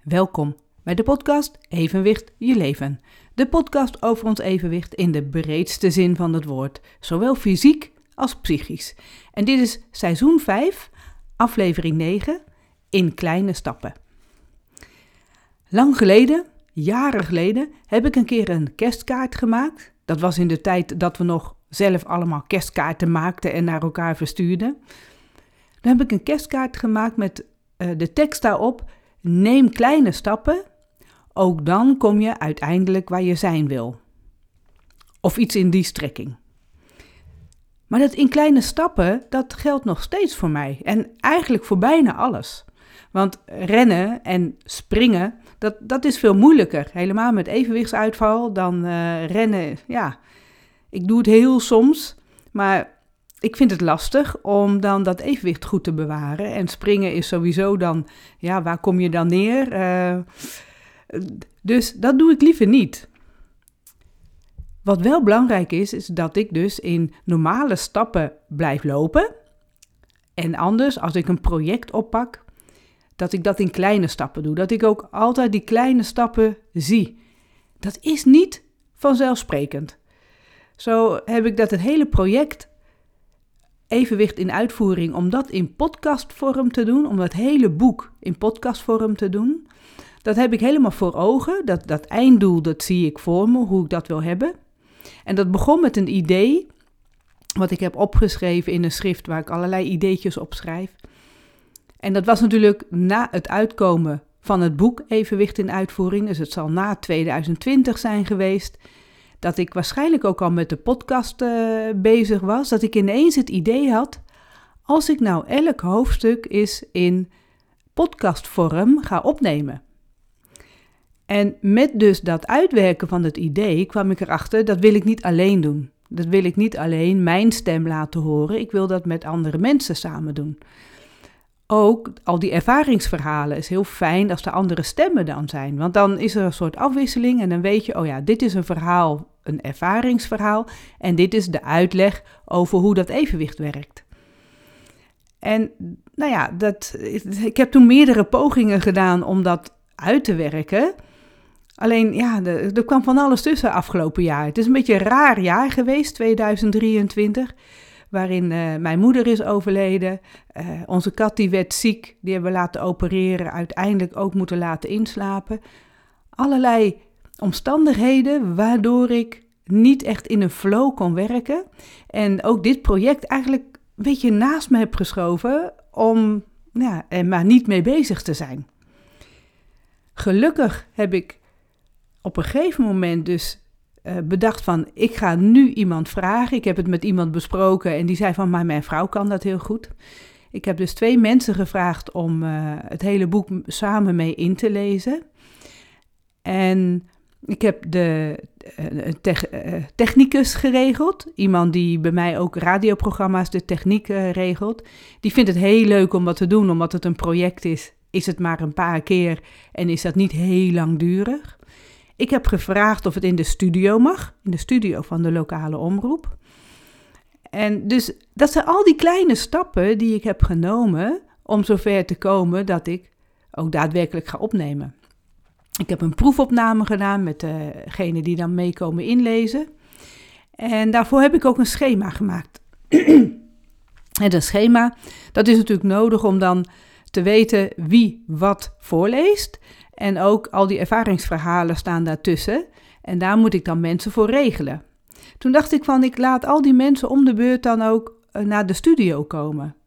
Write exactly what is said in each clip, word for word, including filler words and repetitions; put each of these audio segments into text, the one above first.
Welkom bij de podcast Evenwicht je leven. De podcast over ons evenwicht in de breedste zin van het woord, zowel fysiek als psychisch. En dit is seizoen vijf, aflevering negen, in kleine stappen. Lang geleden, jaren geleden, heb ik een keer een kerstkaart gemaakt. Dat was in de tijd dat we nog zelf allemaal kerstkaarten maakten en naar elkaar verstuurden. Dan heb ik een kerstkaart gemaakt met uh, de tekst daarop: neem kleine stappen, ook dan kom je uiteindelijk waar je zijn wil. Of iets in die strekking. Maar dat in kleine stappen, dat geldt nog steeds voor mij. En eigenlijk voor bijna alles. Want rennen en springen, dat, dat is veel moeilijker. Helemaal met evenwichtsuitval dan uh, rennen. Ja, ik doe het heel soms, maar ik vind het lastig om dan dat evenwicht goed te bewaren. En springen is sowieso dan, ja, waar kom je dan neer? Uh, dus dat doe ik liever niet. Wat wel belangrijk is, is dat ik dus in normale stappen blijf lopen. En anders, als ik een project oppak, dat ik dat in kleine stappen doe. Dat ik ook altijd die kleine stappen zie. Dat is niet vanzelfsprekend. Zo heb ik dat het hele project Evenwicht in uitvoering, om dat in podcastvorm te doen, om dat hele boek in podcastvorm te doen. Dat heb ik helemaal voor ogen. Dat, dat einddoel, dat zie ik voor me, hoe ik dat wil hebben. En dat begon met een idee, wat ik heb opgeschreven in een schrift waar ik allerlei ideetjes op schrijf. En dat was natuurlijk na het uitkomen van het boek Evenwicht in uitvoering, dus het zal na tweeduizend twintig zijn geweest, dat ik waarschijnlijk ook al met de podcast uh, bezig was, dat ik ineens het idee had, als ik nou elk hoofdstuk eens in podcastvorm ga opnemen. En met dus dat uitwerken van het idee kwam ik erachter, dat wil ik niet alleen doen. Dat wil ik niet alleen mijn stem laten horen, ik wil dat met andere mensen samen doen. Ook al die ervaringsverhalen is heel fijn als er andere stemmen dan zijn. Want dan is er een soort afwisseling en dan weet je, oh ja, dit is een verhaal, een ervaringsverhaal. En dit is de uitleg over hoe dat evenwicht werkt. En nou ja, dat, ik heb toen meerdere pogingen gedaan om dat uit te werken. Alleen ja, er, er kwam van alles tussen afgelopen jaar. Het is een beetje een raar jaar geweest, tweeduizend drieëntwintig. Waarin uh, mijn moeder is overleden. Uh, onze kat die werd ziek, die hebben we laten opereren, uiteindelijk ook moeten laten inslapen. Allerlei omstandigheden waardoor ik niet echt in een flow kon werken. En ook dit project eigenlijk een beetje naast me heb geschoven om ja, er maar niet mee bezig te zijn. Gelukkig heb ik op een gegeven moment dus Uh, bedacht van, ik ga nu iemand vragen. Ik heb het met iemand besproken en die zei van, maar mijn vrouw kan dat heel goed. Ik heb dus twee mensen gevraagd om uh, het hele boek samen mee in te lezen. En ik heb de uh, te- uh, technicus geregeld. Iemand die bij mij ook radioprogramma's de techniek uh, regelt. Die vindt het heel leuk om dat te doen, omdat het een project is. Is het maar een paar keer en is dat niet heel langdurig. Ik heb gevraagd of het in de studio mag, in de studio van de lokale omroep. En dus dat zijn al die kleine stappen die ik heb genomen om zover te komen dat ik ook daadwerkelijk ga opnemen. Ik heb een proefopname gedaan met degene die dan meekomen inlezen. En daarvoor heb ik ook een schema gemaakt. En dat schema, dat is natuurlijk nodig om dan te weten wie wat voorleest. En ook al die ervaringsverhalen staan daartussen. En daar moet ik dan mensen voor regelen. Toen dacht ik van, ik laat al die mensen om de beurt dan ook naar de studio komen.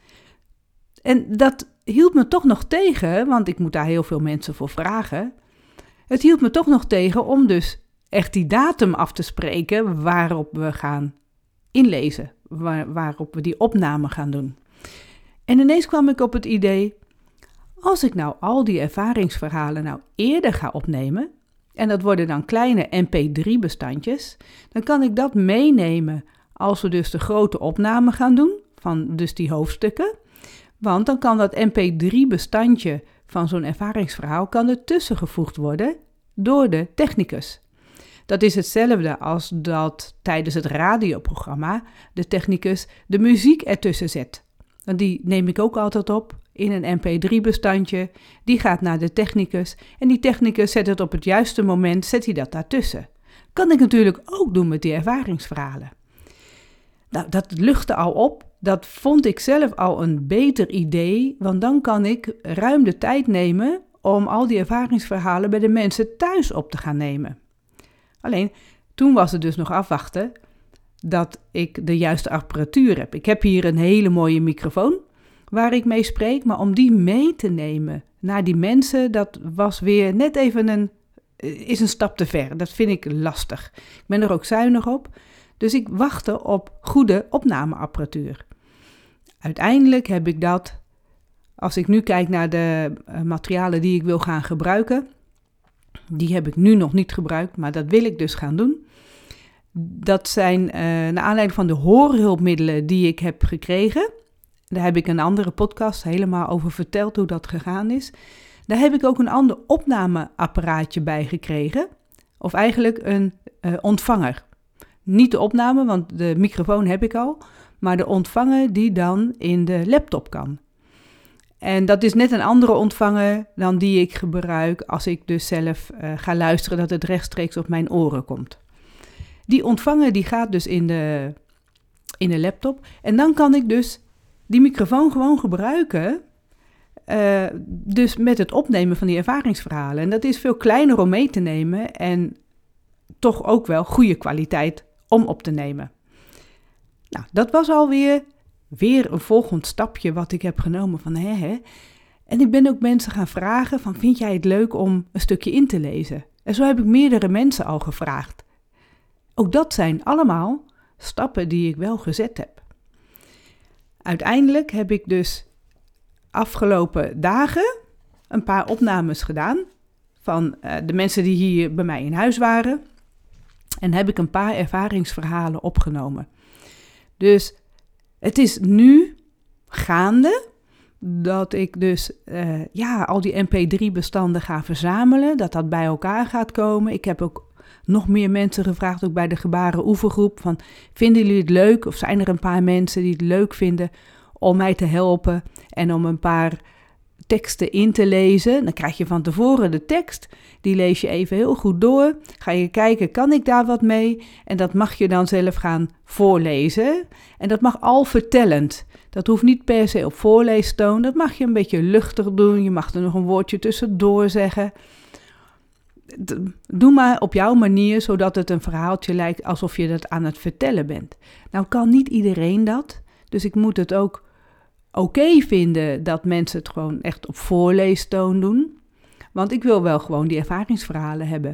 En dat hield me toch nog tegen, want ik moet daar heel veel mensen voor vragen. Het hield me toch nog tegen om dus echt die datum af te spreken waarop we gaan inlezen. Waar, waarop we die opname gaan doen. En ineens kwam ik op het idee, als ik nou al die ervaringsverhalen nou eerder ga opnemen, en dat worden dan kleine M P drie bestandjes, dan kan ik dat meenemen als we dus de grote opname gaan doen, van dus die hoofdstukken. Want dan kan dat M P drie bestandje van zo'n ervaringsverhaal kan er tussengevoegd worden door de technicus. Dat is hetzelfde als dat tijdens het radioprogramma de technicus de muziek ertussen zet. Want die neem ik ook altijd op in een M P drie bestandje. Die gaat naar de technicus en die technicus zet het op het juiste moment, zet hij dat daartussen. Kan ik natuurlijk ook doen met die ervaringsverhalen. Nou, dat luchtte al op. Dat vond ik zelf al een beter idee, want dan kan ik ruim de tijd nemen om al die ervaringsverhalen bij de mensen thuis op te gaan nemen. Alleen, toen was het dus nog afwachten dat ik de juiste apparatuur heb. Ik heb hier een hele mooie microfoon waar ik mee spreek, maar om die mee te nemen naar die mensen, dat was weer net even een, is een stap te ver. Dat vind ik lastig. Ik ben er ook zuinig op, dus ik wachtte op goede opnameapparatuur. Uiteindelijk heb ik dat, als ik nu kijk naar de uh, materialen die ik wil gaan gebruiken, die heb ik nu nog niet gebruikt, maar dat wil ik dus gaan doen. Dat zijn uh, naar aanleiding van de hoorhulpmiddelen die ik heb gekregen. Daar heb ik een andere podcast helemaal over verteld hoe dat gegaan is. Daar heb ik ook een ander opnameapparaatje bij gekregen. Of eigenlijk een uh, ontvanger. Niet de opname, want de microfoon heb ik al. Maar de ontvanger die dan in de laptop kan. En dat is net een andere ontvanger dan die ik gebruik als ik dus zelf uh, ga luisteren, dat het rechtstreeks op mijn oren komt. Die ontvanger die gaat dus in de, in de laptop. En dan kan ik dus die microfoon gewoon gebruiken. Uh, dus met het opnemen van die ervaringsverhalen. En dat is veel kleiner om mee te nemen. En toch ook wel goede kwaliteit om op te nemen. Nou, dat was alweer weer een volgend stapje wat ik heb genomen van hè hè. En ik ben ook mensen gaan vragen van vind jij het leuk om een stukje in te lezen? En zo heb ik meerdere mensen al gevraagd. Ook dat zijn allemaal stappen die ik wel gezet heb. Uiteindelijk heb ik dus afgelopen dagen een paar opnames gedaan van uh, de mensen die hier bij mij in huis waren. En heb ik een paar ervaringsverhalen opgenomen. Dus het is nu gaande dat ik dus uh, ja, al die M P drie bestanden ga verzamelen. Dat dat bij elkaar gaat komen. Ik heb ook nog meer mensen gevraagd, ook bij de Gebaren Oefengroep, van vinden jullie het leuk? Of zijn er een paar mensen die het leuk vinden om mij te helpen en om een paar teksten in te lezen? Dan krijg je van tevoren de tekst, die lees je even heel goed door. Ga je kijken, kan ik daar wat mee? En dat mag je dan zelf gaan voorlezen. En dat mag al vertellend. Dat hoeft niet per se op voorleestoon. Dat mag je een beetje luchtig doen. Je mag er nog een woordje tussendoor zeggen. Doe maar op jouw manier, zodat het een verhaaltje lijkt alsof je dat aan het vertellen bent. Nou kan niet iedereen dat, dus ik moet het ook oké okay vinden dat mensen het gewoon echt op voorleestoon doen. Want ik wil wel gewoon die ervaringsverhalen hebben.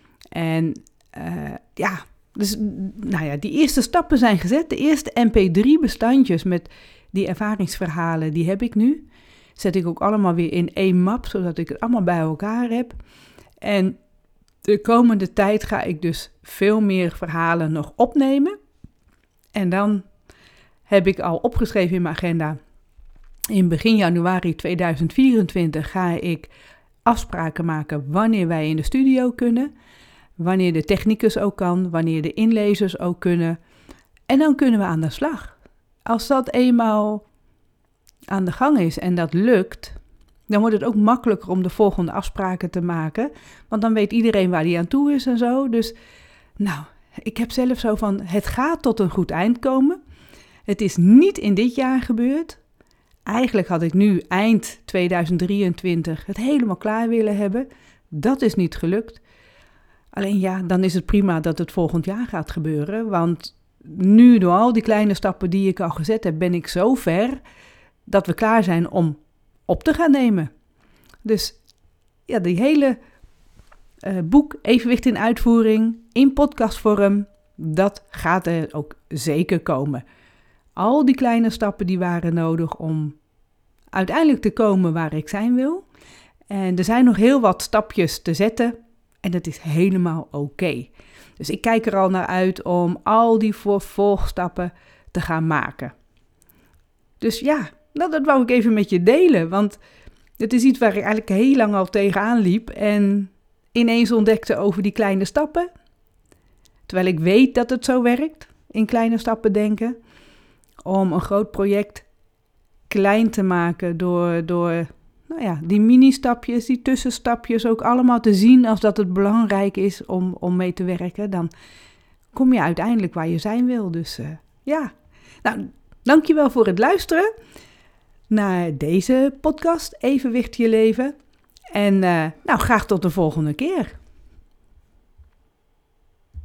En uh, ja, dus nou ja, die eerste stappen zijn gezet. De eerste M P drie bestandjes met die ervaringsverhalen, die heb ik nu. Zet ik ook allemaal weer in één map, zodat ik het allemaal bij elkaar heb. En de komende tijd ga ik dus veel meer verhalen nog opnemen. En dan heb ik al opgeschreven in mijn agenda. In begin januari tweeduizend vierentwintig ga ik afspraken maken wanneer wij in de studio kunnen. Wanneer de technicus ook kan, wanneer de inlezers ook kunnen. En dan kunnen we aan de slag. Als dat eenmaal aan de gang is en dat lukt, dan wordt het ook makkelijker om de volgende afspraken te maken. Want dan weet iedereen waar die aan toe is en zo. Dus nou, ik heb zelf zo van, het gaat tot een goed eind komen. Het is niet in dit jaar gebeurd. Eigenlijk had ik nu eind tweeduizend drieëntwintig het helemaal klaar willen hebben. Dat is niet gelukt. Alleen ja, dan is het prima dat het volgend jaar gaat gebeuren. Want nu door al die kleine stappen die ik al gezet heb, ben ik zo ver dat we klaar zijn om op te gaan nemen. Dus ja, die hele uh, boek Evenwicht in Uitvoering in podcastvorm, dat gaat er ook zeker komen. Al die kleine stappen die waren nodig om uiteindelijk te komen waar ik zijn wil. En er zijn nog heel wat stapjes te zetten en dat is helemaal oké. Okay. Dus ik kijk er al naar uit om al die vervolgstappen te gaan maken. Dus ja, dat, dat wou ik even met je delen, want het is iets waar ik eigenlijk heel lang al tegenaan liep en ineens ontdekte over die kleine stappen. Terwijl ik weet dat het zo werkt, in kleine stappen denken, om een groot project klein te maken door, door nou ja, die mini-stapjes, die tussenstapjes ook allemaal te zien als dat het belangrijk is om, om mee te werken, dan kom je uiteindelijk waar je zijn wil. Dus uh, ja, nou, dankjewel voor het luisteren naar deze podcast, Evenwicht je leven. En uh, nou, graag tot de volgende keer.